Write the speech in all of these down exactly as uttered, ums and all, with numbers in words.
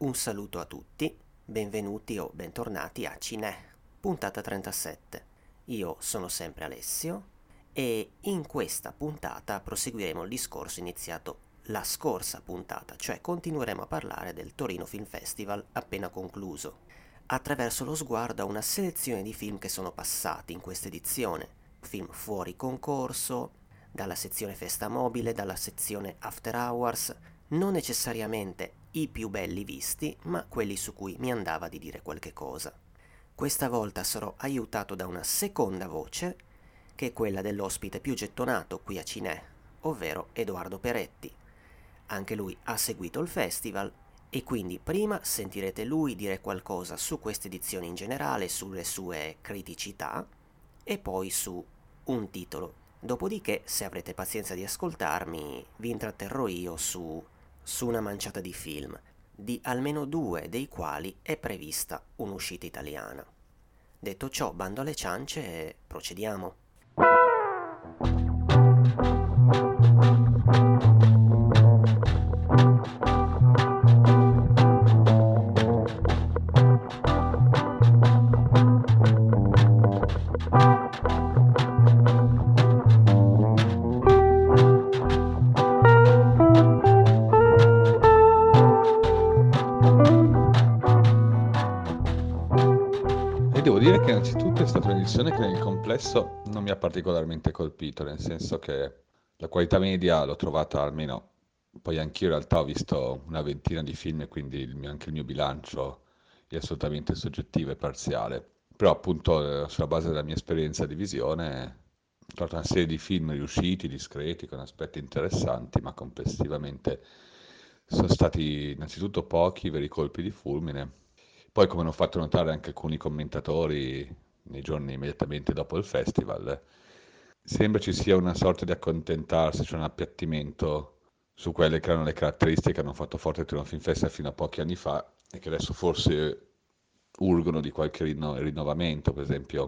Un saluto a tutti, benvenuti o bentornati a Cinè, puntata trentasette. Io sono sempre Alessio e in questa puntata proseguiremo il discorso iniziato la scorsa puntata, cioè continueremo a parlare del Torino Film Festival appena concluso, attraverso lo sguardo a una selezione di film che sono passati in questa edizione, film fuori concorso, dalla sezione Festa Mobile, dalla sezione After Hours, non necessariamente i più belli visti, ma quelli su cui mi andava di dire qualche cosa. Questa volta sarò aiutato da una seconda voce, che è quella dell'ospite più gettonato qui a Cinè, ovvero Edoardo Peretti. Anche lui ha seguito il festival e quindi prima sentirete lui dire qualcosa su questa edizione in generale, sulle sue criticità e poi su un titolo. Dopodiché, se avrete pazienza di ascoltarmi, vi intratterrò io su su una manciata di film, di almeno due dei quali è prevista un'uscita italiana. Detto ciò, bando alle ciance e procediamo. Innanzitutto è stata un'edizione che nel complesso non mi ha particolarmente colpito, nel senso che la qualità media l'ho trovata almeno, poi anch'io in realtà ho visto una ventina di film e quindi il mio- anche il mio bilancio è assolutamente soggettivo e parziale. Però appunto eh, sulla base della mia esperienza di visione ho trovato una serie di film riusciti, discreti, con aspetti interessanti, ma complessivamente sono stati innanzitutto pochi veri colpi di fulmine. Poi, come hanno fatto notare anche alcuni commentatori nei giorni immediatamente dopo il festival, sembra ci sia una sorta di accontentarsi, cioè un appiattimento su quelle che erano le caratteristiche che hanno fatto forte il Torino Film Festival fino a pochi anni fa e che adesso forse urgono di qualche rinno- rinnovamento, per esempio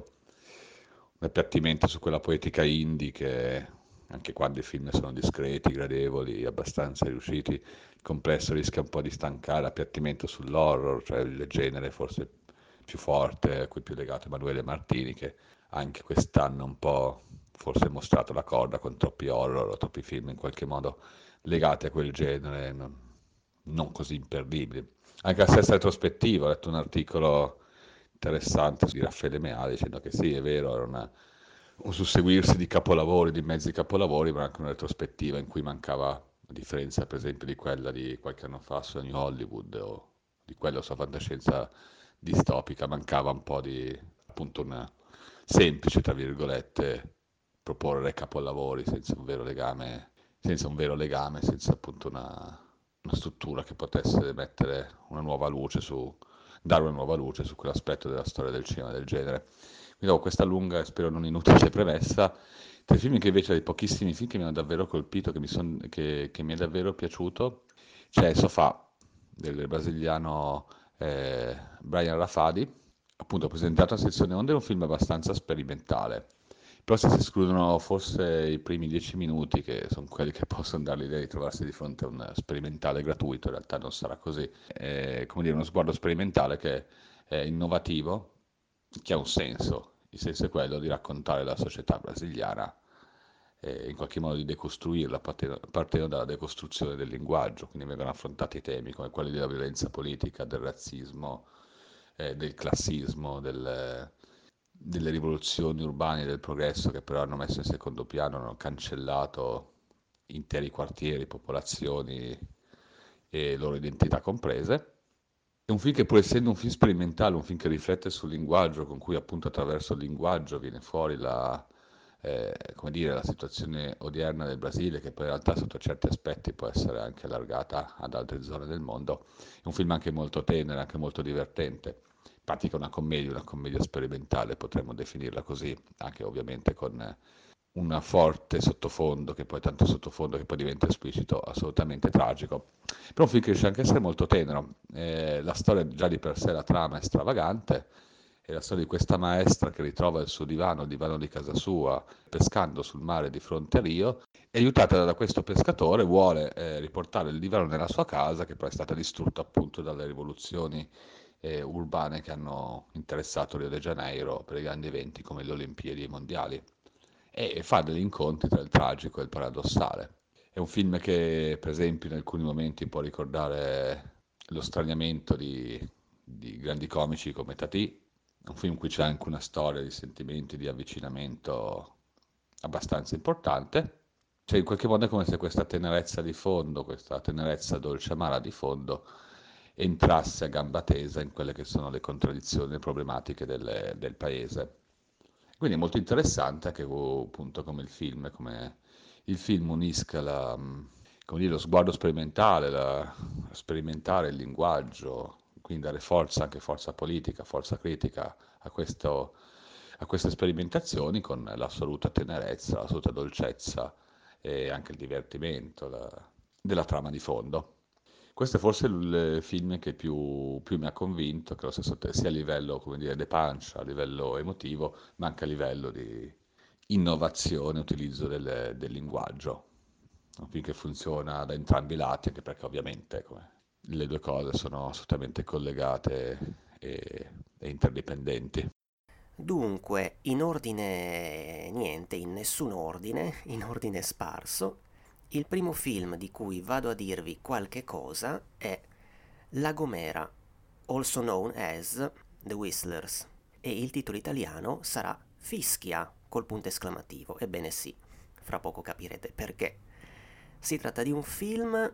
un appiattimento su quella poetica indie che anche quando i film sono discreti, gradevoli, abbastanza riusciti, il complesso rischia un po' di stancare, appiattimento sull'horror, cioè il genere forse più forte, a cui è più legato Emanuele Martini, che anche quest'anno un po' forse ha mostrato la corda con troppi horror o troppi film in qualche modo legati a quel genere, non, non così imperdibili. Anche la stessa retrospettiva, ho letto un articolo interessante di Raffaele Meali dicendo che sì, è vero, era una, un susseguirsi di capolavori, di mezzi capolavori, ma anche una retrospettiva in cui mancava, a differenza per esempio di quella di qualche anno fa su New Hollywood o di quella sulla fantascienza distopica, mancava un po' di appunto una semplice, tra virgolette, proporre capolavori senza un vero legame, senza un vero legame, senza appunto una, una struttura che potesse mettere una nuova luce su, dare una nuova luce su quell'aspetto della storia del cinema del genere. Quindi dopo questa lunga e spero non inutile premessa, tra i film che invece, dei pochissimi film che mi hanno davvero colpito, che mi, son- che, che mi è davvero piaciuto, c'è Sofà del brasiliano eh, Brian Rafadi, appunto presentato a sezione Onde, è un film abbastanza sperimentale. Però se si escludono forse i primi dieci minuti, che sono quelli che possono dare l'idea di trovarsi di fronte a un sperimentale gratuito, in realtà non sarà così. È, come dire, uno sguardo sperimentale che è innovativo, che ha un senso. Il senso è quello di raccontare la società brasiliana e in qualche modo di decostruirla, partendo, partendo dalla decostruzione del linguaggio, quindi vengono affrontati temi come quelli della violenza politica, del razzismo, eh, del classismo, del, delle rivoluzioni urbane e del progresso che però hanno messo in secondo piano, hanno cancellato interi quartieri, popolazioni e loro identità comprese. È un film che pur essendo un film sperimentale, un film che riflette sul linguaggio, con cui appunto attraverso il linguaggio viene fuori la, eh, come dire, la situazione odierna del Brasile, che poi in realtà sotto certi aspetti può essere anche allargata ad altre zone del mondo. È un film anche molto tenero, anche molto divertente. In pratica una commedia, una commedia sperimentale, potremmo definirla così, anche ovviamente con un forte sottofondo, che poi tanto sottofondo che poi diventa esplicito, assolutamente tragico. Però un film che riesce anche a essere molto tenero. Eh, la storia già di per sé, la trama è stravagante, È la storia di questa maestra che ritrova il suo divano, il divano di casa sua, pescando sul mare di fronte a Rio, e aiutata da questo pescatore vuole eh, riportare il divano nella sua casa, che poi è stata distrutta appunto dalle rivoluzioni eh, urbane che hanno interessato Rio de Janeiro per i grandi eventi come le Olimpiadi mondiali. E fa degli incontri tra il tragico e il paradossale. È un film che, per esempio, in alcuni momenti può ricordare lo straniamento di, di grandi comici come Tati. È un film in cui c'è anche una storia di sentimenti, di avvicinamento abbastanza importante. Cioè, in qualche modo è come se questa tenerezza di fondo, questa tenerezza dolce amara di fondo, entrasse a gamba tesa in quelle che sono le contraddizioni e le problematiche del, del paese. Quindi è molto interessante anche uh, appunto come il film, come il film unisca la, mh, come dire, lo sguardo sperimentale, la, sperimentare il linguaggio, quindi dare forza, anche forza politica, forza critica a questo, a queste sperimentazioni con l'assoluta tenerezza, l'assoluta dolcezza e anche il divertimento la- della trama di fondo. Questo è forse il film che più, più mi ha convinto, che allo stesso tempo, sia a livello, come dire, de pancia, a livello emotivo, ma anche a livello di innovazione, utilizzo del, del linguaggio. Un film che funziona da entrambi i lati, anche perché ovviamente come, le due cose sono assolutamente collegate e, e interdipendenti. Dunque, in ordine niente, in nessun ordine, in ordine sparso, il primo film di cui vado a dirvi qualche cosa è La Gomera, also known as The Whistlers, e il titolo italiano sarà Fischia col punto esclamativo. Ebbene sì, fra poco capirete perché. Si tratta di un film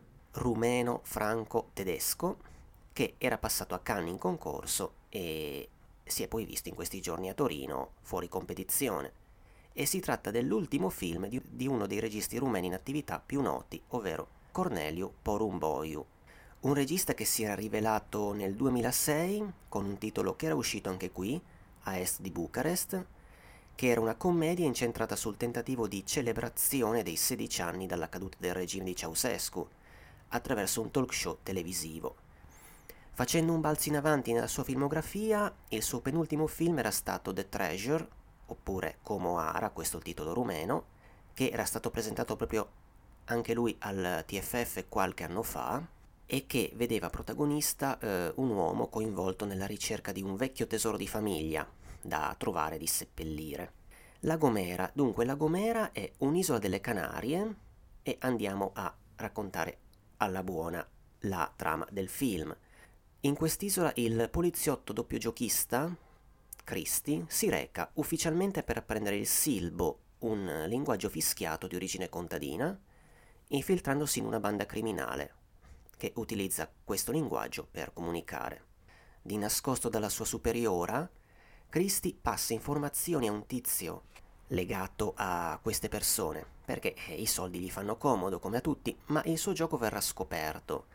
rumeno-franco-tedesco che era passato a Cannes in concorso e si è poi visto in questi giorni a Torino fuori competizione. E si tratta dell'ultimo film di, di uno dei registi rumeni in attività più noti, ovvero Corneliu Porumboiu, un regista che si era rivelato nel duemilasei con un titolo che era uscito anche qui, a est di Bucarest, che era una commedia incentrata sul tentativo di celebrazione dei sedici anni dalla caduta del regime di Ceausescu, attraverso un talk show televisivo. Facendo un balzo in avanti nella sua filmografia, il suo penultimo film era stato The Treasure, oppure Como Ara, questo è il titolo rumeno, che era stato presentato proprio anche lui al T F F qualche anno fa e che vedeva protagonista eh, un uomo coinvolto nella ricerca di un vecchio tesoro di famiglia da trovare e di seppellire. La Gomera, dunque la Gomera è un'isola delle Canarie e andiamo a raccontare alla buona la trama del film. In quest'isola il poliziotto doppiogiochista, Christie, si reca ufficialmente per apprendere il silbo, un linguaggio fischiato di origine contadina, infiltrandosi in una banda criminale che utilizza questo linguaggio per comunicare. Di nascosto dalla sua superiora, Christie passa informazioni a un tizio legato a queste persone, perché eh, i soldi gli fanno comodo come a tutti, ma il suo gioco verrà scoperto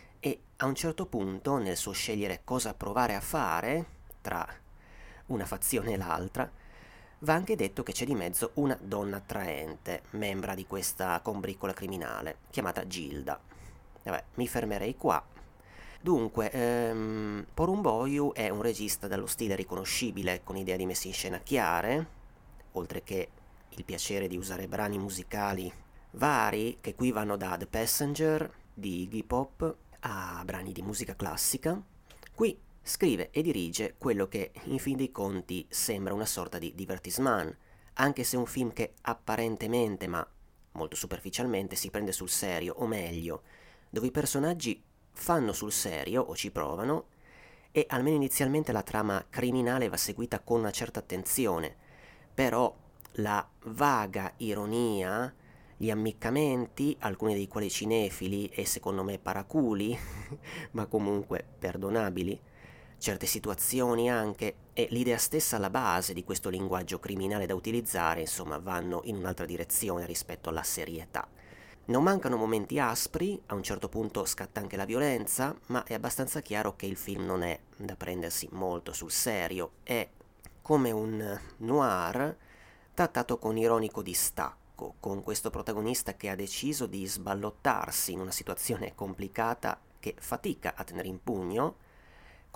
e a un certo punto, nel suo scegliere cosa provare a fare tra una fazione e l'altra, va anche detto che c'è di mezzo una donna attraente, membra di questa combriccola criminale, chiamata Gilda. Vabbè, mi fermerei qua. Dunque, ehm, Porumboiu è un regista dallo stile riconoscibile, con idee di messa in scena chiare, oltre che il piacere di usare brani musicali vari, che qui vanno da The Passenger di Iggy Pop a brani di musica classica. Qui scrive e dirige quello che in fin dei conti sembra una sorta di divertissement, anche se è un film che apparentemente, ma molto superficialmente, si prende sul serio, o meglio, dove i personaggi fanno sul serio o ci provano e almeno inizialmente la trama criminale va seguita con una certa attenzione, però la vaga ironia, gli ammiccamenti, alcuni dei quali cinefili e secondo me paraculi, ma comunque perdonabili, certe situazioni anche e l'idea stessa alla base di questo linguaggio criminale da utilizzare, insomma, vanno in un'altra direzione rispetto alla serietà. Non mancano momenti aspri, a un certo punto scatta anche la violenza, ma è abbastanza chiaro che il film non è da prendersi molto sul serio, è come un noir trattato con ironico distacco, con questo protagonista che ha deciso di sballottarsi in una situazione complicata che fatica a tenere in pugno,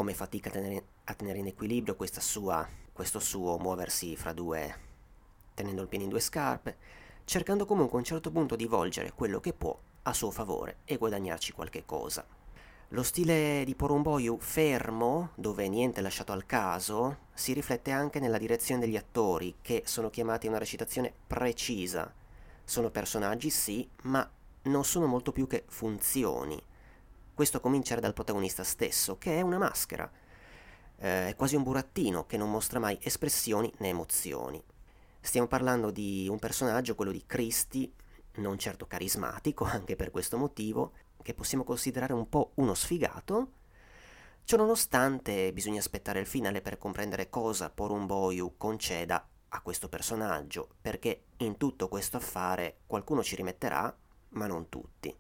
come fatica a tenere, a tenere in equilibrio questa sua, questo suo muoversi fra due, tenendo il piede in due scarpe, cercando comunque a un certo punto di volgere quello che può a suo favore e guadagnarci qualche cosa. Lo stile di Porumboiu fermo, dove niente è lasciato al caso, si riflette anche nella direzione degli attori, che sono chiamati a una recitazione precisa. Sono personaggi, sì, ma non sono molto più che funzioni. Questo a cominciare dal protagonista stesso, che è una maschera. Eh, è quasi un burattino che non mostra mai espressioni né emozioni. Stiamo parlando di un personaggio, quello di Christie, non certo carismatico, anche per questo motivo, che possiamo considerare un po' uno sfigato. Ciononostante, bisogna aspettare il finale per comprendere cosa Porumboiu conceda a questo personaggio, perché in tutto questo affare qualcuno ci rimetterà, ma non tutti.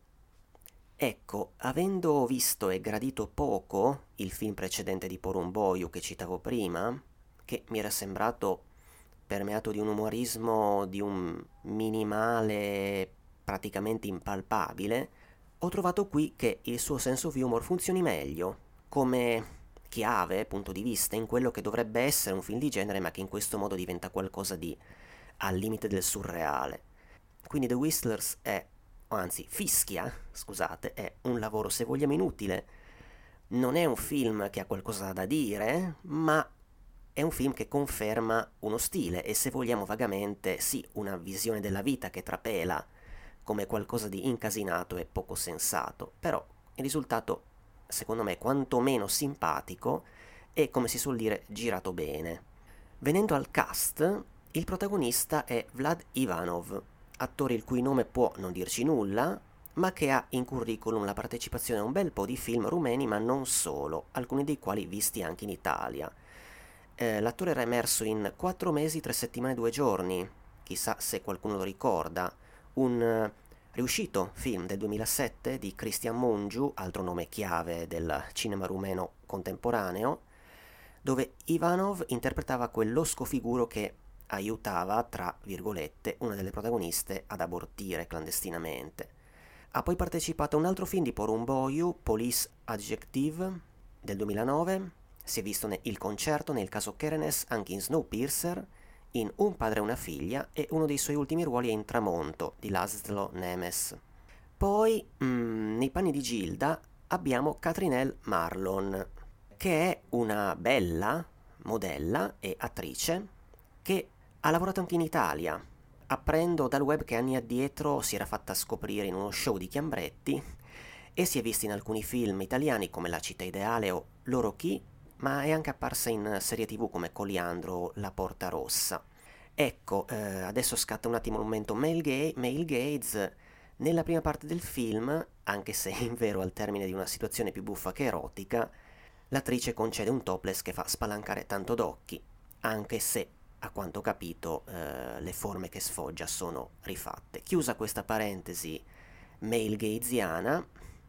Ecco, avendo visto e gradito poco il film precedente di Porumboiu che citavo prima, che mi era sembrato permeato di un umorismo di un minimale praticamente impalpabile, ho trovato qui che il suo sense of humor funzioni meglio, come chiave, punto di vista, in quello che dovrebbe essere un film di genere, ma che in questo modo diventa qualcosa di al limite del surreale. Quindi The Whistlers è, o anzi Fischia, scusate, è un lavoro se vogliamo inutile. Non è un film che ha qualcosa da dire, ma è un film che conferma uno stile e, se vogliamo vagamente, sì, una visione della vita che trapela come qualcosa di incasinato e poco sensato, però il risultato, secondo me, quantomeno simpatico e, come si suol dire, girato bene. Venendo al cast, il protagonista è Vlad Ivanov, attore il cui nome può non dirci nulla, ma che ha in curriculum la partecipazione a un bel po' di film rumeni, ma non solo, alcuni dei quali visti anche in Italia. Eh, l'attore era emerso in Quattro mesi, tre settimane, due giorni, chissà se qualcuno lo ricorda, un eh, riuscito film del duemilasette di Cristian Mungiu, altro nome chiave del cinema rumeno contemporaneo, dove Ivanov interpretava quel losco figuro che aiutava, tra virgolette, una delle protagoniste ad abortire clandestinamente. Ha poi partecipato a un altro film di Porumboiu, Police Adjective, del duemilanove, si è visto Il concerto, nel caso Kerenes, anche in Snowpiercer, in Un padre e una figlia, e uno dei suoi ultimi ruoli è in Tramonto, di Laszlo Nemes. Poi, mm, nei panni di Gilda, abbiamo Catrinelle Marlon, che è una bella modella e attrice che ha lavorato anche in Italia. Apprendo dal web che anni addietro si era fatta scoprire in uno show di Chiambretti e si è vista in alcuni film italiani come La città ideale o Loro chi, ma è anche apparsa in serie tv come Coliandro o La porta rossa. Ecco, eh, adesso scatta un attimo il momento male, ga- male gaze. Nella prima parte del film, anche se in vero al termine di una situazione più buffa che erotica, l'attrice concede un topless che fa spalancare tanto d'occhi, anche se, a quanto ho capito, eh, le forme che sfoggia sono rifatte. Chiusa questa parentesi male gaziana,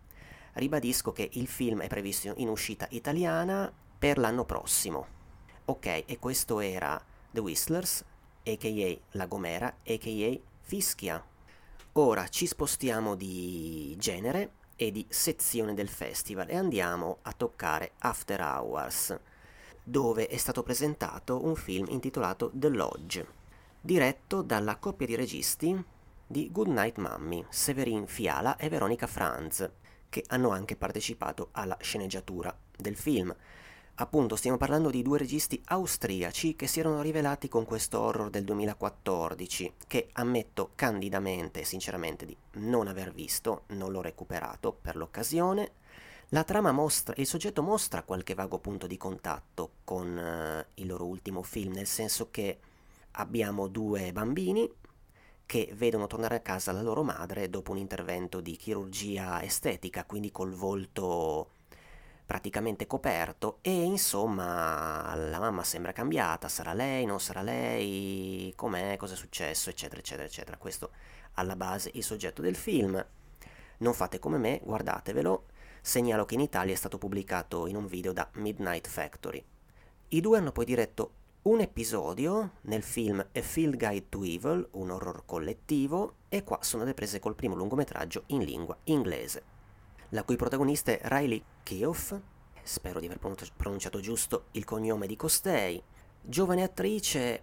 ribadisco che il film è previsto in uscita italiana per l'anno prossimo. Ok, e questo era The Whistlers, a k a. La Gomera, a k a. Fischia. Ora ci spostiamo di genere e di sezione del festival e andiamo a toccare After Hours, dove è stato presentato un film intitolato The Lodge, diretto dalla coppia di registi di Goodnight Mommy, Severin Fiala e Veronica Franz, che hanno anche partecipato alla sceneggiatura del film. Appunto, stiamo parlando di due registi austriaci che si erano rivelati con questo horror del duemilaquattordici, che ammetto candidamente e sinceramente di non aver visto, non l'ho recuperato per l'occasione. La trama mostra, il soggetto mostra qualche vago punto di contatto con uh, il loro ultimo film, nel senso che abbiamo due bambini che vedono tornare a casa la loro madre dopo un intervento di chirurgia estetica, quindi col volto praticamente coperto, e insomma la mamma sembra cambiata, sarà lei, non sarà lei, com'è, cosa è successo, eccetera, eccetera, eccetera. Questo alla base il soggetto del film. Non fate come me, guardatevelo. Segnalo che in Italia è stato pubblicato in un video da Midnight Factory. I due hanno poi diretto un episodio nel film A Field Guide to Evil, un horror collettivo, e qua sono le prese col primo lungometraggio in lingua inglese, la cui protagonista è Riley Keough, spero di aver pronunciato giusto il cognome di costei. Giovane attrice,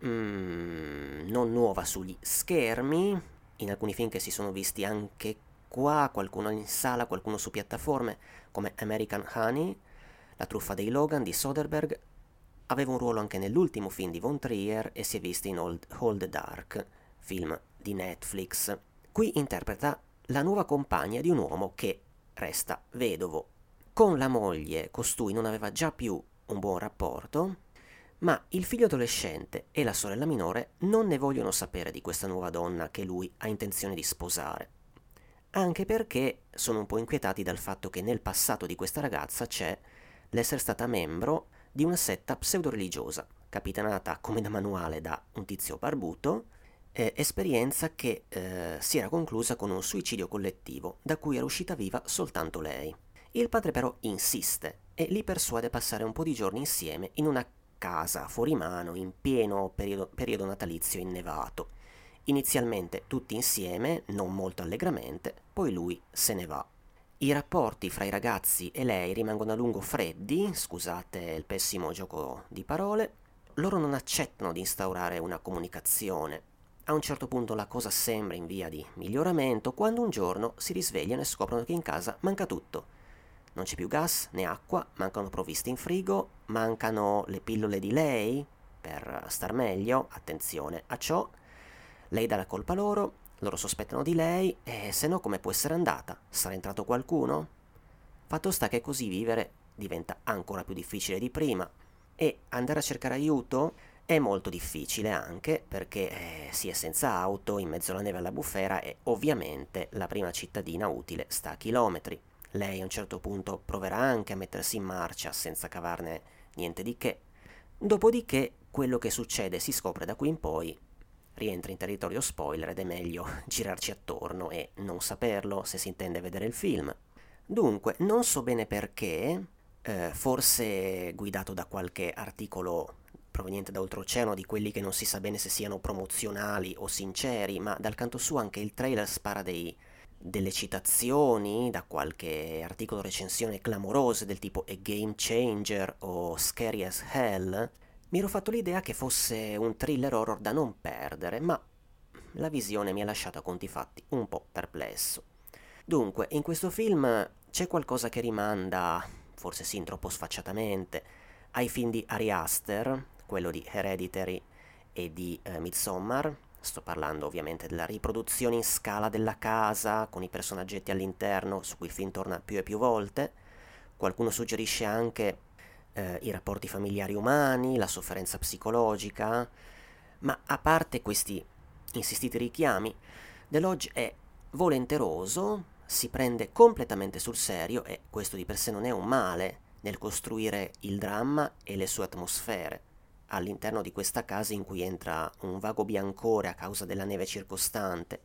mm, non nuova sugli schermi, in alcuni film che si sono visti anche qua, qualcuno in sala, qualcuno su piattaforme, come American Honey, La truffa dei Logan di Soderbergh. Aveva un ruolo anche nell'ultimo film di Von Trier e si è vista in Old, Hold the Dark, film di Netflix. Qui interpreta la nuova compagna di un uomo che resta vedovo. Con la moglie costui non aveva già più un buon rapporto, ma il figlio adolescente e la sorella minore non ne vogliono sapere di questa nuova donna che lui ha intenzione di sposare. Anche perché sono un po' inquietati dal fatto che nel passato di questa ragazza c'è l'essere stata membro di una setta pseudo-religiosa, capitanata come da manuale da un tizio barbuto, eh, esperienza che eh, si era conclusa con un suicidio collettivo, da cui era uscita viva soltanto lei. Il padre però insiste e li persuade a passare un po' di giorni insieme in una casa fuori mano in pieno periodo, periodo natalizio innevato. Inizialmente tutti insieme, non molto allegramente, poi lui se ne va. I rapporti fra i ragazzi e lei rimangono a lungo freddi, scusate il pessimo gioco di parole. Loro non accettano di instaurare una comunicazione. A un certo punto la cosa sembra in via di miglioramento, quando un giorno si risvegliano e scoprono che in casa manca tutto. Non c'è più gas né acqua, mancano provviste in frigo, mancano le pillole di lei per star meglio, attenzione a ciò. Lei dà la colpa a loro, loro sospettano di lei e se no come può essere andata? Sarà entrato qualcuno? Fatto sta che così vivere diventa ancora più difficile di prima e andare a cercare aiuto è molto difficile anche perché eh, si è senza auto, in mezzo alla neve e alla bufera e ovviamente la prima cittadina utile sta a chilometri. Lei a un certo punto proverà anche a mettersi in marcia senza cavarne niente di che. Dopodiché quello che succede si scopre da qui in poi, rientra in territorio spoiler ed è meglio girarci attorno e non saperlo se si intende vedere il film. Dunque, non so bene perché, eh, forse guidato da qualche articolo proveniente da oltreoceano, di quelli che non si sa bene se siano promozionali o sinceri, ma dal canto suo anche il trailer spara dei delle citazioni da qualche articolo recensione clamorose del tipo A Game Changer o Scary as Hell, mi ero fatto l'idea che fosse un thriller horror da non perdere, ma la visione mi ha lasciato a conti fatti un po' perplesso. Dunque, in questo film c'è qualcosa che rimanda, forse sì, troppo sfacciatamente, ai film di Ari Aster, quello di Hereditary e di eh, Midsommar. Sto parlando ovviamente della riproduzione in scala della casa, con i personaggetti all'interno, su cui il film torna più e più volte. Qualcuno suggerisce anche eh, i rapporti familiari umani, la sofferenza psicologica, ma a parte questi insistiti richiami, The Lodge è volenteroso, si prende completamente sul serio e questo di per sé non è un male nel costruire il dramma e le sue atmosfere all'interno di questa casa in cui entra un vago biancore a causa della neve circostante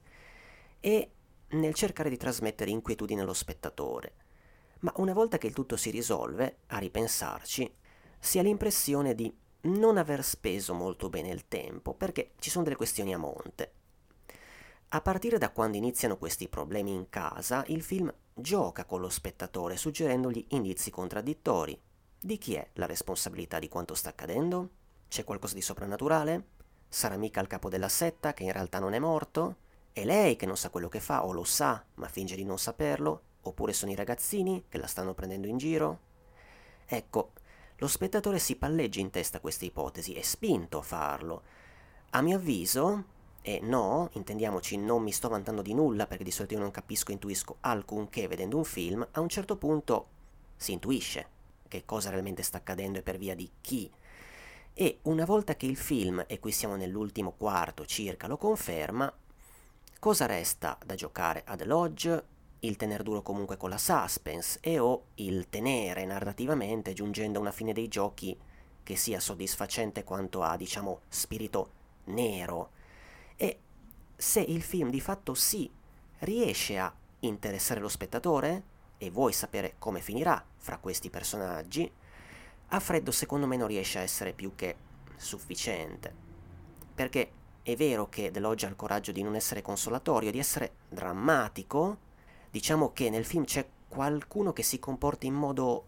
e nel cercare di trasmettere inquietudine allo spettatore. Ma una volta che il tutto si risolve, a ripensarci, si ha l'impressione di non aver speso molto bene il tempo perché ci sono delle questioni a monte. A partire da quando iniziano questi problemi in casa, il film gioca con lo spettatore suggerendogli indizi contraddittori. Di chi è la responsabilità di quanto sta accadendo? C'è qualcosa di soprannaturale? Sarà mica il capo della setta che in realtà non è morto? È lei che non sa quello che fa o lo sa ma finge di non saperlo? Oppure sono i ragazzini che la stanno prendendo in giro? Ecco, lo spettatore si palleggia in testa queste ipotesi, è spinto a farlo. A mio avviso, e no, intendiamoci, non mi sto vantando di nulla perché di solito io non capisco, intuisco alcunché vedendo un film, a un certo punto si intuisce che cosa realmente sta accadendo e per via di chi. E una volta che il film, e qui siamo nell'ultimo quarto circa, lo conferma, cosa resta da giocare a The Lodge? Il tener duro comunque con la suspense e o il tenere narrativamente giungendo a una fine dei giochi che sia soddisfacente quanto a, diciamo, spirito nero. E se il film di fatto sì riesce a interessare lo spettatore e vuoi sapere come finirà fra questi personaggi, a freddo secondo me non riesce a essere più che sufficiente, perché è vero che The Lodge ha il coraggio di non essere consolatorio, di essere drammatico. Diciamo che nel film c'è qualcuno che si comporta in modo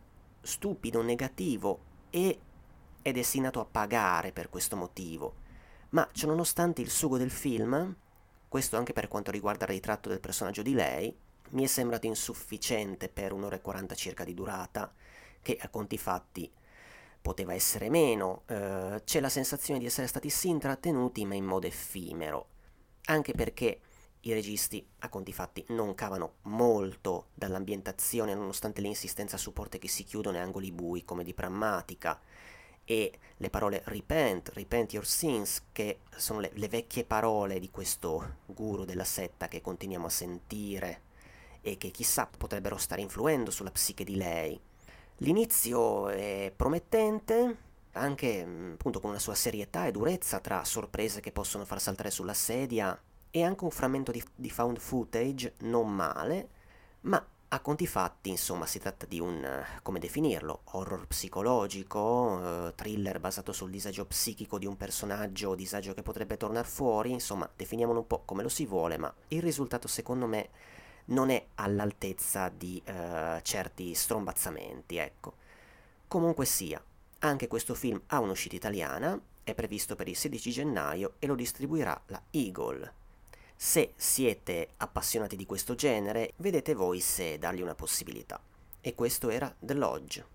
stupido, negativo e è destinato a pagare per questo motivo. Ma ciononostante il sugo del film, questo anche per quanto riguarda il ritratto del personaggio di lei, mi è sembrato insufficiente per un'ora e quaranta circa di durata, che a conti fatti poteva essere meno. Eh, c'è la sensazione di essere stati sì intrattenuti, ma in modo effimero, anche perché i registi a conti fatti non cavano molto dall'ambientazione, nonostante l'insistenza su porte che si chiudono e angoli bui come di Prammatica, e le parole repent, repent your sins, che sono le, le vecchie parole di questo guru della setta che continuiamo a sentire e che chissà potrebbero stare influendo sulla psiche di lei. L'inizio è promettente, anche appunto con una sua serietà e durezza tra sorprese che possono far saltare sulla sedia e anche un frammento di, di found footage non male, ma a conti fatti, insomma, si tratta di un, come definirlo, horror psicologico, eh, thriller basato sul disagio psichico di un personaggio, disagio che potrebbe tornare fuori, insomma, definiamolo un po' come lo si vuole, ma il risultato secondo me non è all'altezza di eh, certi strombazzamenti, ecco. Comunque sia, anche questo film ha un'uscita italiana, è previsto per il sedici gennaio e lo distribuirà la Eagle. Se siete appassionati di questo genere, vedete voi se dargli una possibilità. E questo era The Lodge.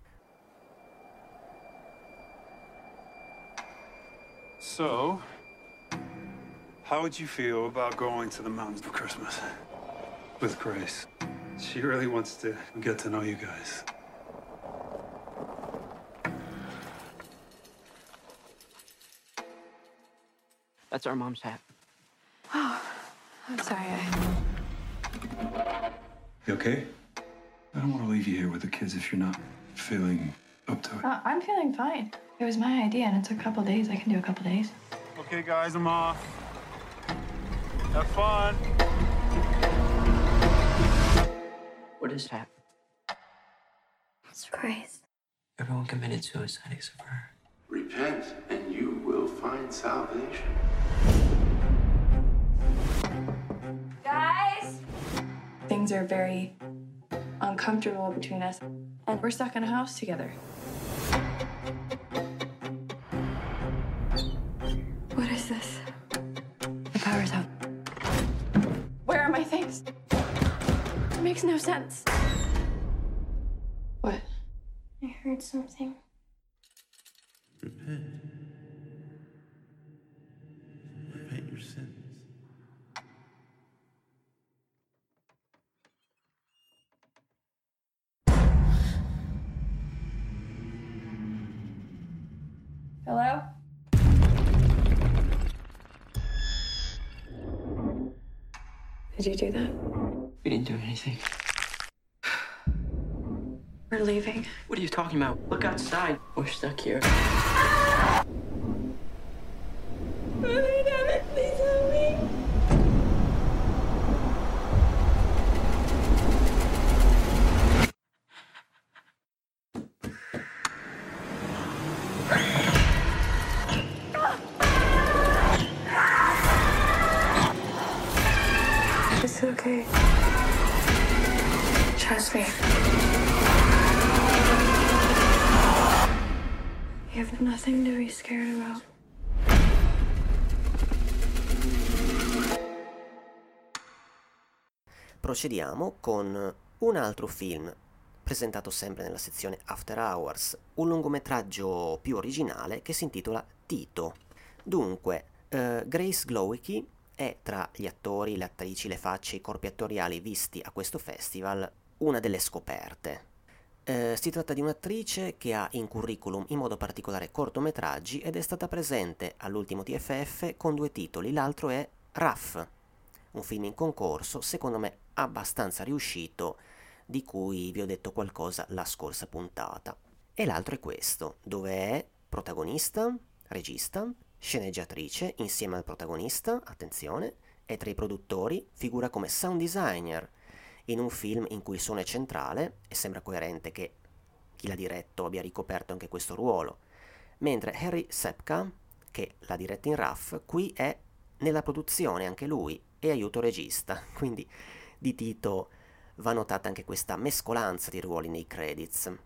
So, how would you feel about going to the mountains for Christmas with Grace? She really wants to get to know you guys. That's our mom's hat. Oh, I'm sorry. I... You okay? I don't want to leave you here with the kids if you're not feeling up to it. Uh, I'm feeling fine. It was my idea, and it took a couple days. I can do a couple days. Okay, guys, I'm off. Have fun. What is that? It's Grace. Everyone committed suicide except for her. Repent, and you will find salvation. Guys! Things are very uncomfortable between us, and we're stuck in a house together. What is this? The power's out. Where are my things? It makes no sense. What? I heard something. Repent. Repent your sins. Hello? Did you do that? We didn't do anything. We're leaving. What are you talking about? Look outside. We're stuck here. Really, damn it, please help me. It's okay. Trust me. You have nothing to be scared about. Procediamo con un altro film presentato sempre nella sezione After Hours, un lungometraggio più originale che si intitola Tito. Dunque, eh, Grace Glowacki è tra gli attori, le attrici, le facce, i corpi attoriali visti a questo festival una delle scoperte. Eh, si tratta di un'attrice che ha in curriculum in modo particolare cortometraggi ed è stata presente all'ultimo T F F con due titoli, l'altro è Ruff, un film in concorso, secondo me abbastanza riuscito, di cui vi ho detto qualcosa la scorsa puntata. E l'altro è questo, dove è protagonista, regista, sceneggiatrice insieme al protagonista, attenzione, è tra i produttori, figura come sound designer in un film in cui il suono è centrale e sembra coerente che chi l'ha diretto abbia ricoperto anche questo ruolo, mentre Harry Sepka, che l'ha diretta in Ruff, qui è nella produzione anche lui e aiuto regista, quindi di Tito va notata anche questa mescolanza di ruoli nei credits.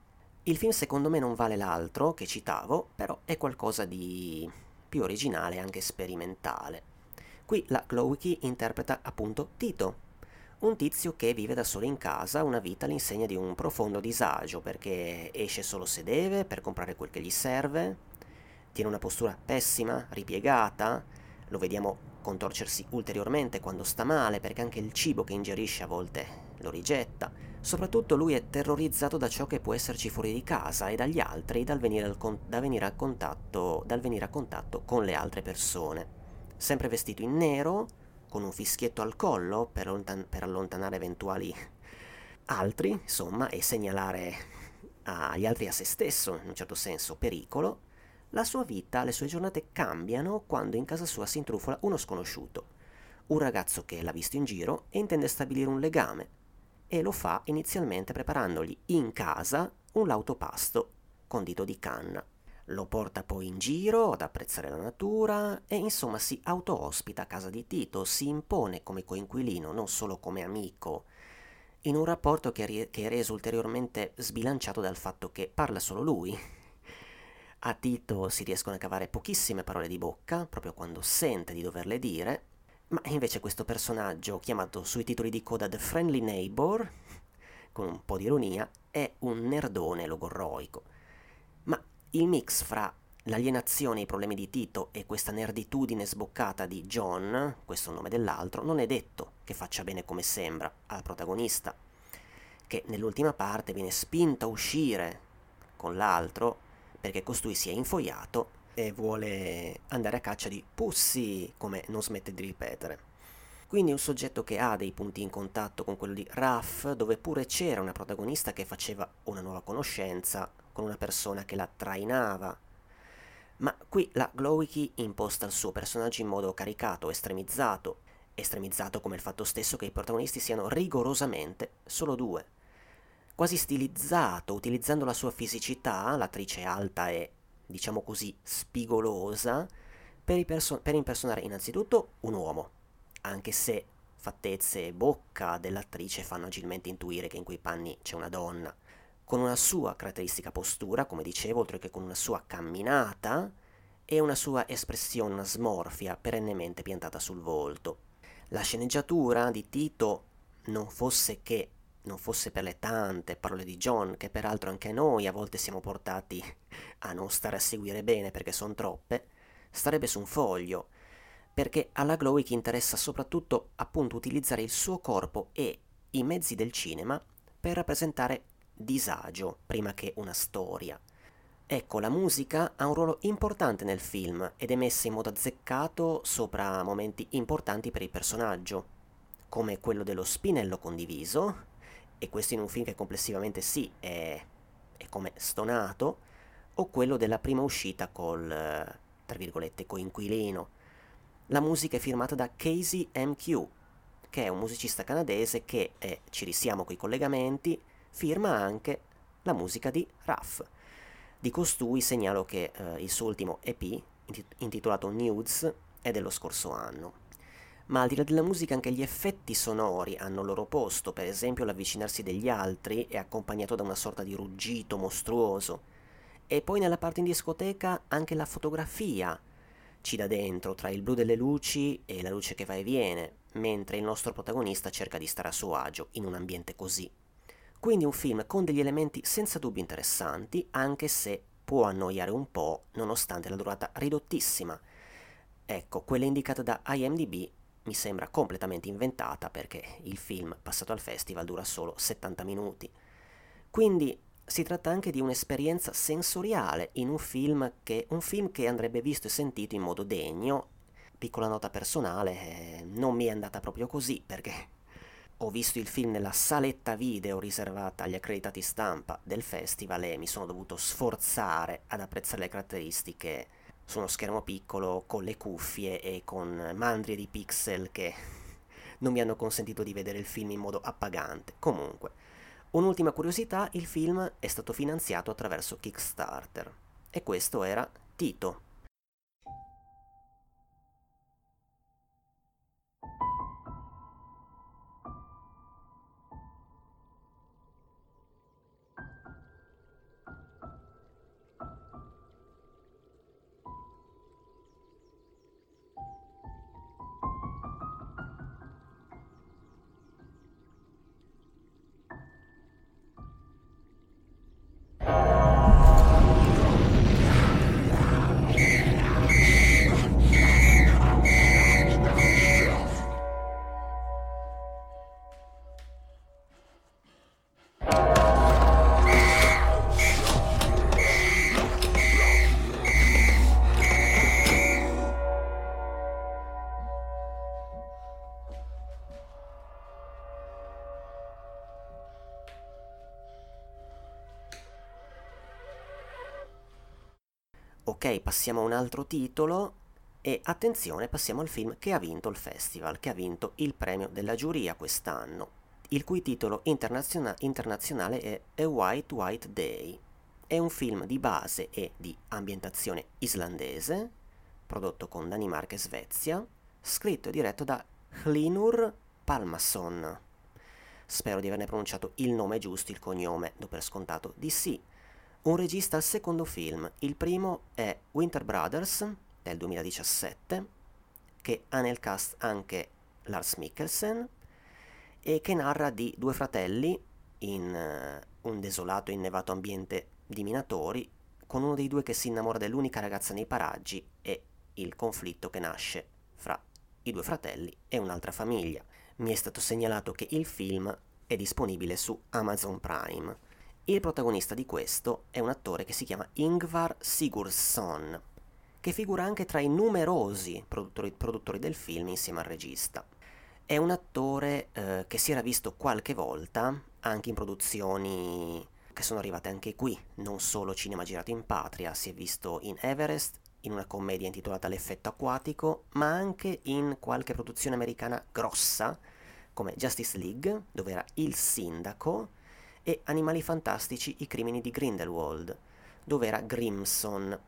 Il film secondo me non vale l'altro che citavo, però è qualcosa di più originale e anche sperimentale. Qui la Glowicki interpreta appunto Tito, un tizio che vive da solo in casa una vita all'insegna di un profondo disagio perché esce solo se deve per comprare quel che gli serve, tiene una postura pessima, ripiegata, lo vediamo contorcersi ulteriormente quando sta male perché anche il cibo che ingerisce a volte lo rigetta. Soprattutto lui è terrorizzato da ciò che può esserci fuori di casa e dagli altri dal venire, al con- da venire a contatto, dal venire a contatto con le altre persone. Sempre vestito in nero, con un fischietto al collo per, lontan- per allontanare eventuali altri, insomma, e segnalare agli altri e a se stesso, in un certo senso, pericolo. La sua vita, le sue giornate cambiano quando in casa sua si intrufola uno sconosciuto, un ragazzo che l'ha visto in giro e intende stabilire un legame, e lo fa inizialmente preparandogli in casa un lautopasto condito di canna. Lo porta poi in giro ad apprezzare la natura e insomma si auto-ospita a casa di Tito, si impone come coinquilino, non solo come amico, in un rapporto che, rie- che è reso ulteriormente sbilanciato dal fatto che parla solo lui. A Tito si riescono a cavare pochissime parole di bocca, proprio quando sente di doverle dire, ma invece questo personaggio, chiamato sui titoli di coda The Friendly Neighbor, con un po' di ironia, è un nerdone logorroico. Ma il mix fra l'alienazione e i problemi di Tito e questa nerditudine sboccata di John, questo è il nome dell'altro, non è detto che faccia bene come sembra al protagonista, che nell'ultima parte viene spinto a uscire con l'altro perché costui si è infoiato e vuole andare a caccia di Pussy, come non smette di ripetere. Quindi un soggetto che ha dei punti in contatto con quello di Ruff, dove pure c'era una protagonista che faceva una nuova conoscenza con una persona che la trainava. Ma qui la Glowicki imposta il suo personaggio in modo caricato, estremizzato, estremizzato come il fatto stesso che i protagonisti siano rigorosamente solo due. Quasi stilizzato, utilizzando la sua fisicità, l'attrice alta e, diciamo così, spigolosa, per, perso- per impersonare innanzitutto un uomo, anche se fattezze e bocca dell'attrice fanno agilmente intuire che in quei panni c'è una donna, con una sua caratteristica postura, come dicevo, oltre che con una sua camminata e una sua espressione, una smorfia perennemente piantata sul volto. La sceneggiatura di Tito non fosse che non fosse per le tante parole di John, che peraltro anche noi a volte siamo portati a non stare a seguire bene perché sono troppe, starebbe su un foglio, perché alla Glowicki interessa soprattutto appunto utilizzare il suo corpo e i mezzi del cinema per rappresentare disagio prima che una storia. Ecco, la musica ha un ruolo importante nel film ed è messa in modo azzeccato sopra momenti importanti per il personaggio, come quello dello spinello condiviso, e questo in un film che complessivamente sì è, è come stonato, o quello della prima uscita col, eh, tra virgolette, coinquilino. La musica è firmata da Casey M Q, che è un musicista canadese che, eh, ci risiamo coi collegamenti, firma anche la musica di Ruff. Di costui segnalo che eh, il suo ultimo E P, intitolato Nudes, è dello scorso anno. Ma al di là della musica anche gli effetti sonori hanno il loro posto, per esempio l'avvicinarsi degli altri è accompagnato da una sorta di ruggito mostruoso. E poi nella parte in discoteca anche la fotografia ci dà dentro tra il blu delle luci e la luce che va e viene, mentre il nostro protagonista cerca di stare a suo agio in un ambiente così. Quindi un film con degli elementi senza dubbio interessanti, anche se può annoiare un po' nonostante la durata ridottissima. Ecco, quella indicata da I M D B mi sembra completamente inventata perché il film passato al festival dura solo settanta minuti. Quindi si tratta anche di un'esperienza sensoriale in un film che, un film che andrebbe visto e sentito in modo degno. Piccola nota personale, eh, non mi è andata proprio così perché ho visto il film nella saletta video riservata agli accreditati stampa del festival e mi sono dovuto sforzare ad apprezzare le caratteristiche su uno schermo piccolo con le cuffie e con mandrie di pixel che non mi hanno consentito di vedere il film in modo appagante. Comunque, un'ultima curiosità, il film è stato finanziato attraverso Kickstarter e questo era Tito. Ok, passiamo a un altro titolo e attenzione, passiamo al film che ha vinto il festival, che ha vinto il premio della giuria quest'anno, il cui titolo internaziona- internazionale è A White White Day. È un film di base e di ambientazione islandese, prodotto con Danimarca e Svezia, scritto e diretto da Hlynur Pálmason. Spero di averne pronunciato il nome giusto, il cognome, do per scontato di sì. Un regista al secondo film. Il primo è Winter Brothers, del duemiladiciassette, che ha nel cast anche Lars Mikkelsen e che narra di due fratelli in uh, un desolato e innevato ambiente di minatori, con uno dei due che si innamora dell'unica ragazza nei paraggi e il conflitto che nasce fra i due fratelli e un'altra famiglia. Mi è stato segnalato che il film è disponibile su Amazon Prime. Il protagonista di questo è un attore che si chiama Ingvar Sigurdsson, che figura anche tra i numerosi produttori, produttori del film insieme al regista. È un attore eh, che si era visto qualche volta anche in produzioni che sono arrivate anche qui, non solo cinema girato in patria. Si è visto in Everest, in una commedia intitolata L'effetto acquatico, ma anche in qualche produzione americana grossa come Justice League, dove era il sindaco, e Animali fantastici, i crimini di Grindelwald, dove era Grimson.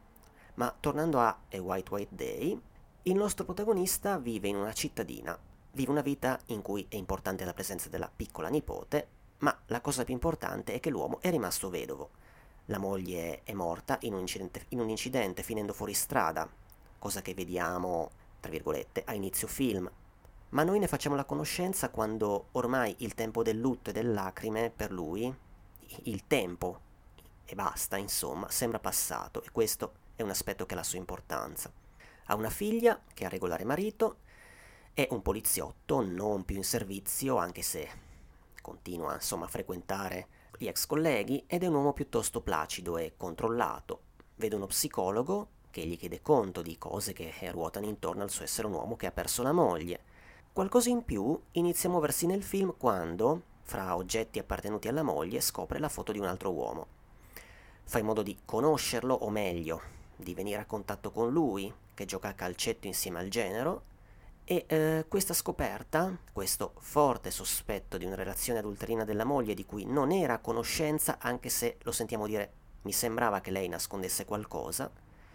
Ma tornando a A White White Day, il nostro protagonista vive in una cittadina, vive una vita in cui è importante la presenza della piccola nipote, ma la cosa più importante è che l'uomo è rimasto vedovo. La moglie è morta in un incidente, in un incidente finendo fuori strada, cosa che vediamo, tra virgolette, a inizio film. Ma noi ne facciamo la conoscenza quando ormai il tempo del lutto e delle lacrime per lui, il tempo e basta, insomma, sembra passato, e questo è un aspetto che ha la sua importanza. Ha una figlia che ha regolare marito, è un poliziotto non più in servizio, anche se continua insomma a frequentare gli ex colleghi, ed è un uomo piuttosto placido e controllato. Vede uno psicologo che gli chiede conto di cose che ruotano intorno al suo essere un uomo che ha perso la moglie. Qualcosa in più inizia a muoversi nel film quando, fra oggetti appartenuti alla moglie, scopre la foto di un altro uomo. Fa in modo di conoscerlo, o meglio, di venire a contatto con lui, che gioca a calcetto insieme al genero, e eh, questa scoperta, questo forte sospetto di una relazione adulterina della moglie di cui non era a conoscenza, anche se lo sentiamo dire mi sembrava che lei nascondesse qualcosa,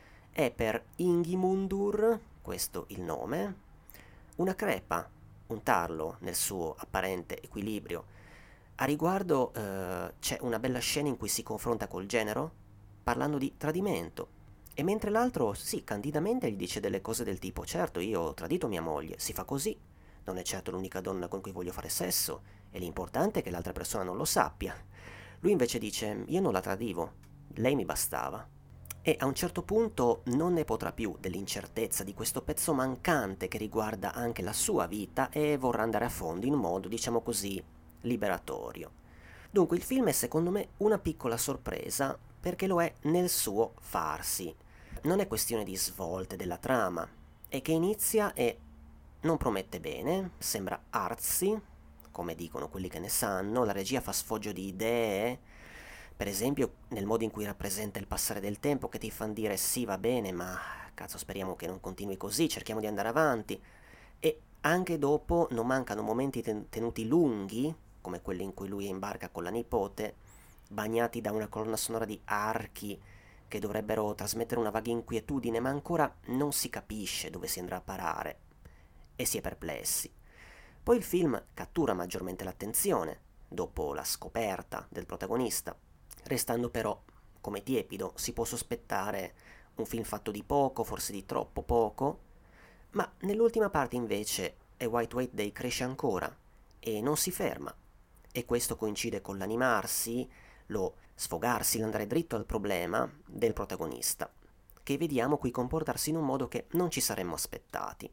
è per Ingimundur, questo il nome, una crepa, un tarlo nel suo apparente equilibrio. A riguardo eh, c'è una bella scena in cui si confronta col genero, parlando di tradimento, e mentre l'altro, sì, candidamente gli dice delle cose del tipo certo, io ho tradito mia moglie, si fa così, non è certo l'unica donna con cui voglio fare sesso, e l'importante è che l'altra persona non lo sappia. Lui invece dice io non la tradivo, lei mi bastava. E a un certo punto non ne potrà più dell'incertezza di questo pezzo mancante che riguarda anche la sua vita e vorrà andare a fondo in modo, diciamo così, liberatorio. Dunque il film è secondo me una piccola sorpresa perché lo è nel suo farsi. Non è questione di svolte della trama, è che inizia e non promette bene, sembra artsy, come dicono quelli che ne sanno, la regia fa sfoggio di idee, per esempio nel modo in cui rappresenta il passare del tempo, che ti fanno dire sì va bene ma cazzo speriamo che non continui così, cerchiamo di andare avanti, e anche dopo non mancano momenti ten- tenuti lunghi, come quelli in cui lui è in barca con la nipote, bagnati da una colonna sonora di archi che dovrebbero trasmettere una vaga inquietudine, ma ancora non si capisce dove si andrà a parare e si è perplessi. Poi il film cattura maggiormente l'attenzione dopo la scoperta del protagonista, restando però, come tiepido, si può sospettare un film fatto di poco, forse di troppo poco, ma nell'ultima parte invece A White White Day cresce ancora e non si ferma, e questo coincide con l'animarsi, lo sfogarsi, l'andare dritto al problema del protagonista, che vediamo qui comportarsi in un modo che non ci saremmo aspettati.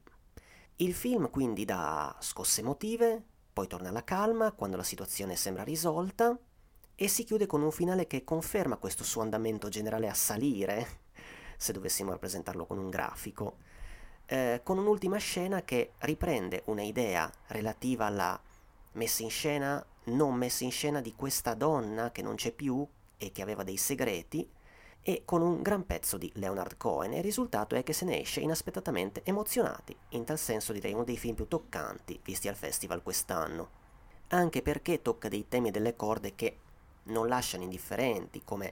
Il film quindi dà scosse emotive, poi torna alla calma quando la situazione sembra risolta e si chiude con un finale che conferma questo suo andamento generale a salire, se dovessimo rappresentarlo con un grafico, eh, con un'ultima scena che riprende una idea relativa alla messa in scena, non messa in scena di questa donna che non c'è più e che aveva dei segreti, e con un gran pezzo di Leonard Cohen, e il risultato è che se ne esce inaspettatamente emozionati, in tal senso direi uno dei film più toccanti visti al festival quest'anno, anche perché tocca dei temi e delle corde che non lasciano indifferenti, come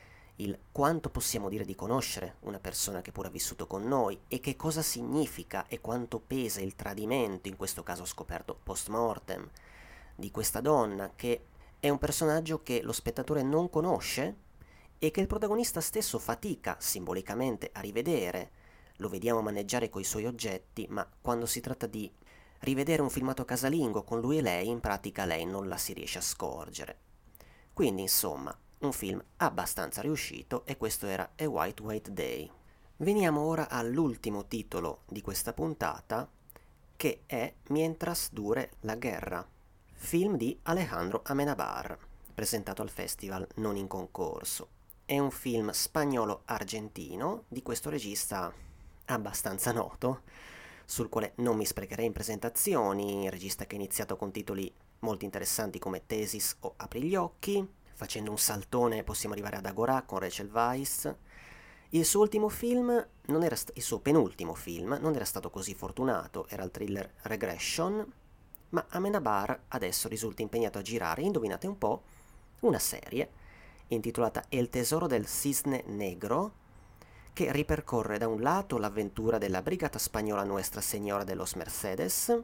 il quanto possiamo dire di conoscere una persona che pure ha vissuto con noi e che cosa significa e quanto pesa il tradimento, in questo caso scoperto post mortem, di questa donna che è un personaggio che lo spettatore non conosce e che il protagonista stesso fatica simbolicamente a rivedere. Lo vediamo maneggiare coi suoi oggetti, ma quando si tratta di rivedere un filmato casalingo con lui e lei, in pratica lei non la si riesce a scorgere. Quindi, insomma, un film abbastanza riuscito, e questo era A White White Day. Veniamo ora all'ultimo titolo di questa puntata, che è Mientras dure la guerra, film di Alejandro Amenabar, presentato al festival non in concorso. È un film spagnolo-argentino di questo regista abbastanza noto, sul quale non mi sprecherei in presentazioni, regista che ha iniziato con titoli molto interessanti come Tesis o Apri gli occhi. Facendo un saltone possiamo arrivare ad Agorà con Rachel Weisz. Il suo ultimo film, non era st- il suo penultimo film, non era stato così fortunato, era il thriller Regression, ma Amenabar adesso risulta impegnato a girare, indovinate un po', una serie intitolata El tesoro del cisne negro, che ripercorre da un lato l'avventura della brigata spagnola Nuestra Señora de los Mercedes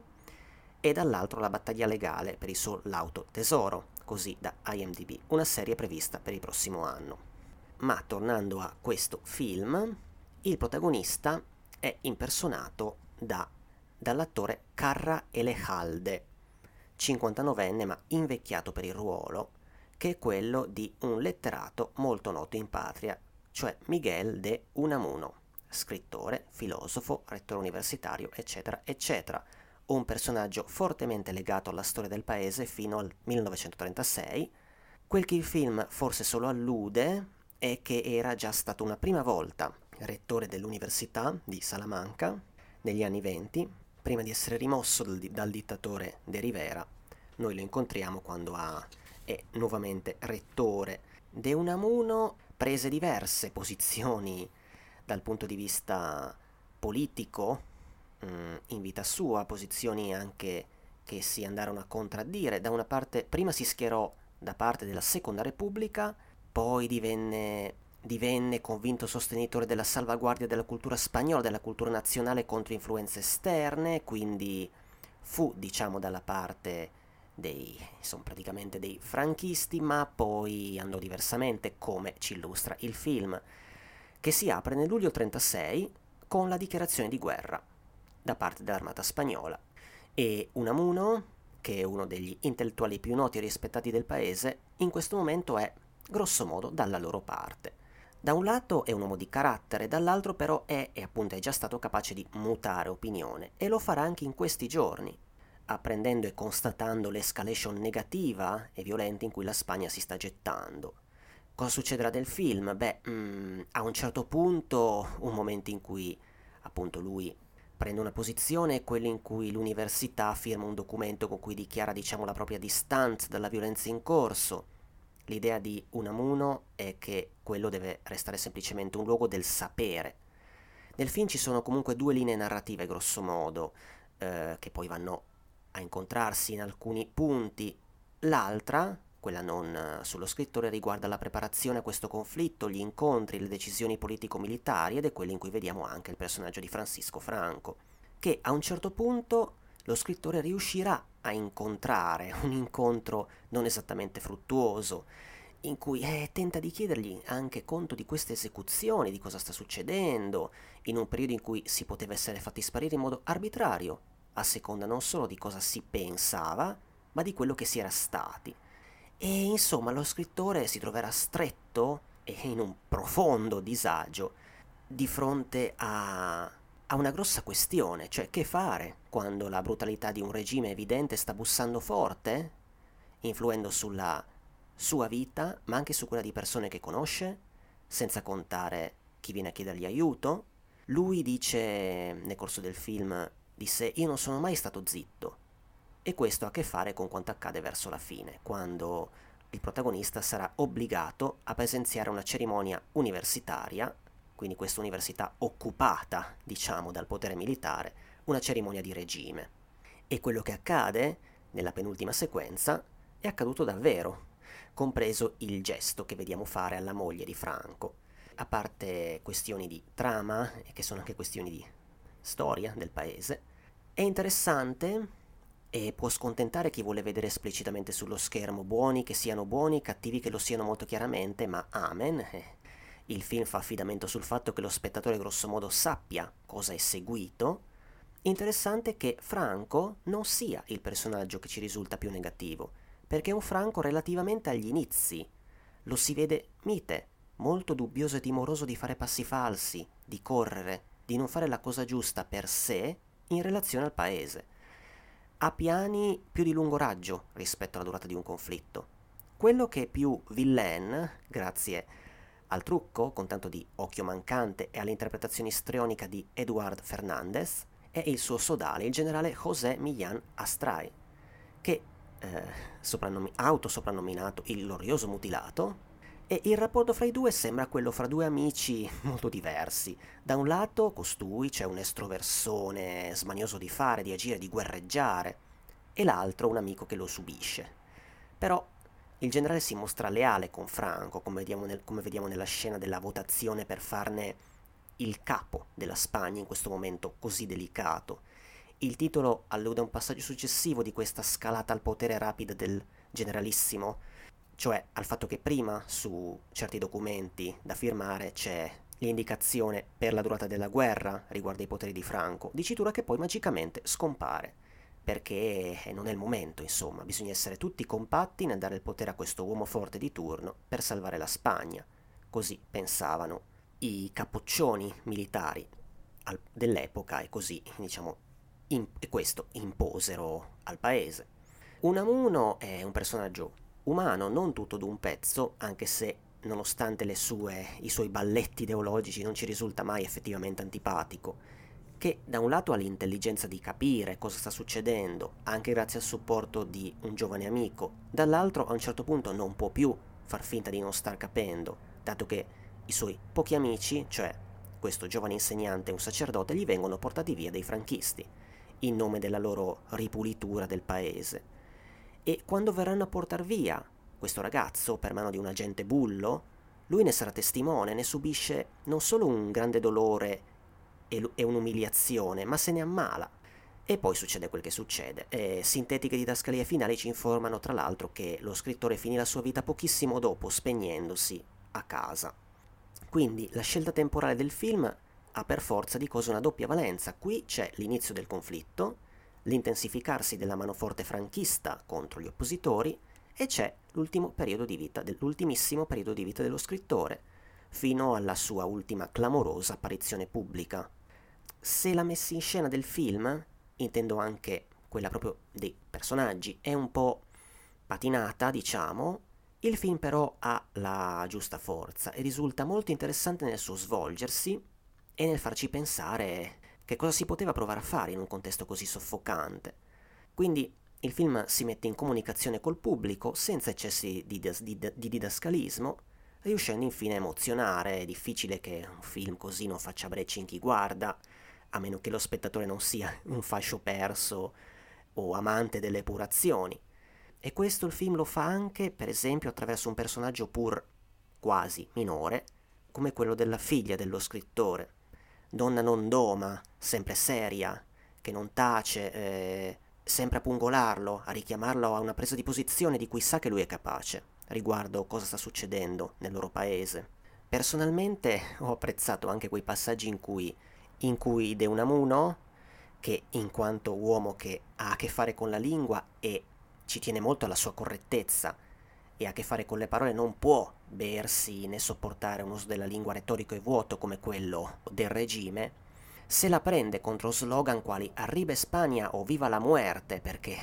e dall'altro la battaglia legale per il suo lauto tesoro, così da I M D B, una serie prevista per il prossimo anno. Ma tornando a questo film, il protagonista è impersonato da, dall'attore Carra Elejalde, cinquantanovenne ma invecchiato per il ruolo, che è quello di un letterato molto noto in patria, cioè Miguel de Unamuno, scrittore, filosofo, rettore universitario, eccetera, eccetera, un personaggio fortemente legato alla storia del paese fino al millenovecentotrentasei. Quel che il film forse solo allude è che era già stato una prima volta rettore dell'Università di Salamanca negli anni venti, prima di essere rimosso dal, dal dittatore de Rivera. Noi lo incontriamo quando ha, è nuovamente rettore. De Unamuno prese diverse posizioni dal punto di vista politico in vita sua, posizioni anche che si andarono a contraddire. Da una parte, prima si schierò da parte della Seconda Repubblica, poi divenne, divenne convinto sostenitore della salvaguardia della cultura spagnola, della cultura nazionale contro influenze esterne, quindi fu, diciamo, dalla parte dei, insomma, praticamente dei franchisti, ma poi andò diversamente, come ci illustra il film, che si apre nel luglio trentasei con la dichiarazione di guerra da parte dell'armata spagnola, e Unamuno, che è uno degli intellettuali più noti e rispettati del paese, in questo momento è grosso modo dalla loro parte. Da un lato è un uomo di carattere, dall'altro però è, e appunto è già stato capace di mutare opinione, e lo farà anche in questi giorni, apprendendo e constatando l'escalation negativa e violenta in cui la Spagna si sta gettando. Cosa succederà del film? Beh, mm, a un certo punto, un momento in cui appunto lui prende una posizione è quello in cui l'università firma un documento con cui dichiara, diciamo, la propria distanza dalla violenza in corso. L'idea di Unamuno è che quello deve restare semplicemente un luogo del sapere. Nel film ci sono comunque due linee narrative, grosso modo, eh, che poi vanno a incontrarsi in alcuni punti. L'altra, quella non sullo scrittore, riguarda la preparazione a questo conflitto, gli incontri, le decisioni politico-militari, ed è quello in cui vediamo anche il personaggio di Francisco Franco, che a un certo punto lo scrittore riuscirà a incontrare, un incontro non esattamente fruttuoso, in cui eh, tenta di chiedergli anche conto di queste esecuzioni, di cosa sta succedendo, in un periodo in cui si poteva essere fatti sparire in modo arbitrario, a seconda non solo di cosa si pensava, ma di quello che si era stati. E insomma lo scrittore si troverà stretto e in un profondo disagio di fronte a, a una grossa questione, cioè che fare quando la brutalità di un regime evidente sta bussando forte, influendo sulla sua vita, ma anche su quella di persone che conosce, senza contare chi viene a chiedergli aiuto. Lui dice nel corso del film di sé: io non sono mai stato zitto. E questo ha a che fare con quanto accade verso la fine, quando il protagonista sarà obbligato a presenziare una cerimonia universitaria, quindi questa università occupata, diciamo, dal potere militare, una cerimonia di regime. E quello che accade nella penultima sequenza è accaduto davvero, compreso il gesto che vediamo fare alla moglie di Franco. A parte questioni di trama, e che sono anche questioni di storia del paese, è interessante e può scontentare chi vuole vedere esplicitamente sullo schermo buoni che siano buoni, cattivi che lo siano molto chiaramente, ma amen. Il film fa affidamento sul fatto che lo spettatore grossomodo sappia cosa è seguito. Interessante che Franco non sia il personaggio che ci risulta più negativo, perché è un Franco relativamente agli inizi. Lo si vede mite, molto dubbioso e timoroso di fare passi falsi, di correre, di non fare la cosa giusta per sé in relazione al paese. Ha piani più di lungo raggio rispetto alla durata di un conflitto. Quello che è più villain, grazie al trucco con tanto di occhio mancante e all'interpretazione istrionica di Eduard Fernández, è il suo sodale, il generale José Millán Astray, che eh, soprannomi- autosoprannominato il glorioso mutilato, e il rapporto fra i due sembra quello fra due amici molto diversi. Da un lato costui c'è un estroversone smanioso di fare, di agire, di guerreggiare, e l'altro un amico che lo subisce. Però il generale si mostra leale con Franco, come vediamo, nel, come vediamo nella scena della votazione per farne il capo della Spagna in questo momento così delicato. Il titolo allude a un passaggio successivo di questa scalata al potere rapida del generalissimo, cioè al fatto che prima su certi documenti da firmare c'è l'indicazione per la durata della guerra riguardo ai poteri di Franco, dicitura che poi magicamente scompare, perché non è il momento, insomma, bisogna essere tutti compatti nel dare il potere a questo uomo forte di turno per salvare la Spagna. Così pensavano i capoccioni militari al- dell'epoca e così, diciamo, in- e questo imposero al paese. Unamuno è un personaggio umano, non tutto d'un pezzo, anche se nonostante le sue, i suoi balletti ideologici non ci risulta mai effettivamente antipatico, che da un lato ha l'intelligenza di capire cosa sta succedendo, anche grazie al supporto di un giovane amico, dall'altro a un certo punto non può più far finta di non star capendo, dato che i suoi pochi amici, cioè questo giovane insegnante e un sacerdote, gli vengono portati via dai franchisti, in nome della loro ripulitura del paese. E quando verranno a portar via questo ragazzo per mano di un agente bullo, lui ne sarà testimone, ne subisce non solo un grande dolore e, e un'umiliazione, ma se ne ammala. E poi succede quel che succede. E sintetiche didascalie finali ci informano tra l'altro che lo scrittore finì la sua vita pochissimo dopo, spegnendosi a casa. Quindi la scelta temporale del film ha per forza di cose una doppia valenza. Qui c'è l'inizio del conflitto, l'intensificarsi della manoforte franchista contro gli oppositori, e c'è l'ultimo periodo di vita, l'ultimissimo periodo di vita dello scrittore, fino alla sua ultima clamorosa apparizione pubblica. Se la messa in scena del film, intendo anche quella proprio dei personaggi, è un po' patinata, diciamo, il film però ha la giusta forza e risulta molto interessante nel suo svolgersi e nel farci pensare che cosa si poteva provare a fare in un contesto così soffocante. Quindi il film si mette in comunicazione col pubblico senza eccessi di, di, di didascalismo, riuscendo infine a emozionare. È difficile che un film così non faccia breccia in chi guarda, a meno che lo spettatore non sia un fascio perso o amante delle epurazioni. E questo il film lo fa anche, per esempio, attraverso un personaggio pur quasi minore, come quello della figlia dello scrittore, donna non doma, sempre seria, che non tace, eh, sempre a pungolarlo, a richiamarlo a una presa di posizione di cui sa che lui è capace, riguardo cosa sta succedendo nel loro paese. Personalmente ho apprezzato anche quei passaggi in cui, in cui De Unamuno, che in quanto uomo che ha a che fare con la lingua e ci tiene molto alla sua correttezza e ha a che fare con le parole, non può bersi né sopportare un uso della lingua retorico e vuoto come quello del regime, se la prende contro slogan quali Arriba Spagna o Viva la muerte, perché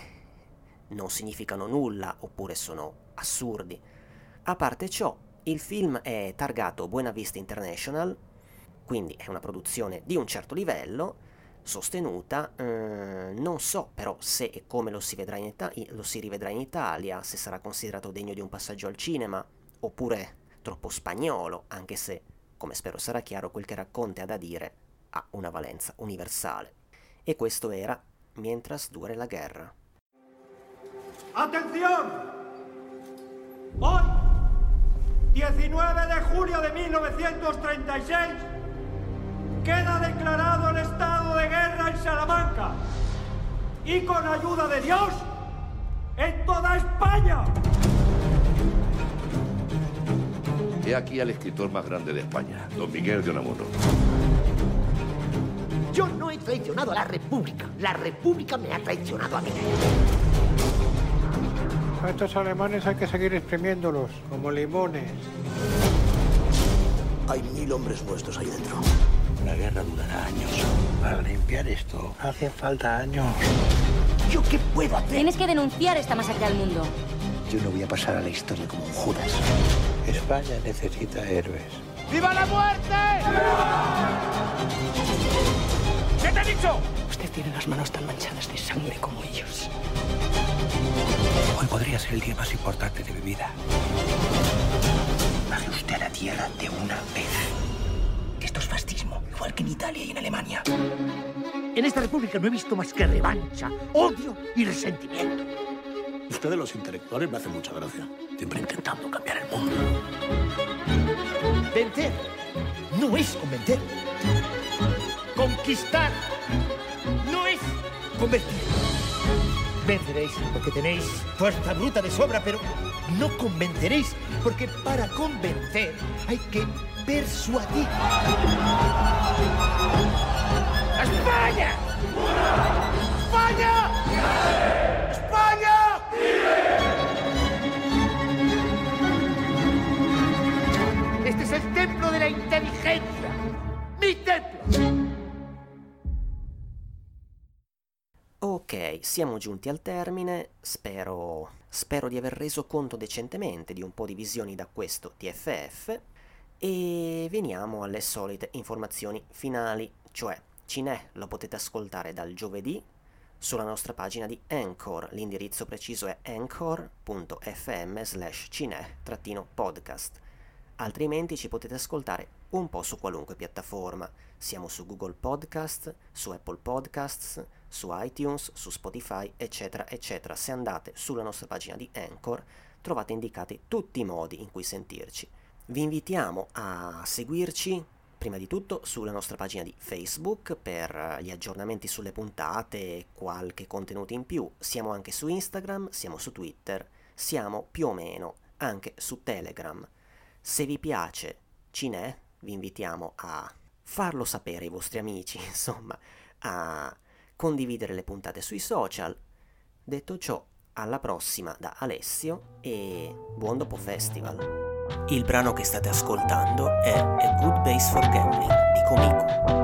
non significano nulla oppure sono assurdi. A parte ciò, il film è targato Buena Vista International, quindi è una produzione di un certo livello. sostenuta. Eh, non so però se e come lo si, vedrà in Ita- lo si rivedrà in Italia, se sarà considerato degno di un passaggio al cinema, oppure troppo spagnolo, anche se, come spero sarà chiaro, quel che racconta e ha da dire ha una valenza universale. E questo era Mientras dure la guerra. ¡Atención! Hoy, diecinueve de julio de mil novecientos treinta y seis, queda declarado el estado de guerra en Salamanca y con ayuda de Dios en toda España. He aquí al escritor más grande de España, don Miguel de Unamuno. Yo no he traicionado a la República. La República me ha traicionado a mí. A estos alemanes hay que seguir exprimiéndolos, como limones. Hay mil hombres nuestros ahí dentro. La guerra durará años. Para limpiar esto hacen falta años. ¿Yo qué puedo hacer? Tienes que denunciar esta masacre al mundo. Yo no voy a pasar a la historia como un Judas. España necesita héroes. ¡Viva la muerte! ¿Qué te he dicho? Usted tiene las manos tan manchadas de sangre como ellos. Hoy podría ser el día más importante de mi vida. Baje usted a la tierra de una vez. Que esto es fascismo, igual que en Italia y en Alemania. En esta república no he visto más que revancha, odio y resentimiento. Ustedes los intelectuales me hacen mucha gracia. Siempre intentando cambiar el mundo. Vencer no es convencer. Conquistar no es convertir. Venceréis porque tenéis fuerza bruta de sobra, pero no convenceréis porque para convencer hay que persuadir. ¡España! ¡España! ¡España! Este es el templo de la inteligencia. ¡Mi templo! Ok, siamo giunti al termine, spero, spero di aver reso conto decentemente di un po' di visioni da questo T F F e veniamo alle solite informazioni finali, cioè Cinè lo potete ascoltare dal giovedì sulla nostra pagina di Anchor, l'indirizzo preciso è anchor.fm slash cinè-podcast, altrimenti ci potete ascoltare un po' su qualunque piattaforma. Siamo su Google Podcast, su Apple Podcasts, su iTunes, su Spotify, eccetera, eccetera. Se andate sulla nostra pagina di Anchor trovate indicati tutti i modi in cui sentirci. Vi invitiamo a seguirci prima di tutto sulla nostra pagina di Facebook per gli aggiornamenti sulle puntate e qualche contenuto in più. Siamo anche su Instagram, siamo su Twitter, siamo più o meno anche su Telegram. Se vi piace Cinè, vi invitiamo a farlo sapere ai vostri amici, insomma, a condividere le puntate sui social. Detto ciò, alla prossima da Alessio e buon dopo festival. Il brano che state ascoltando è A Good Base for Gambling di Comico.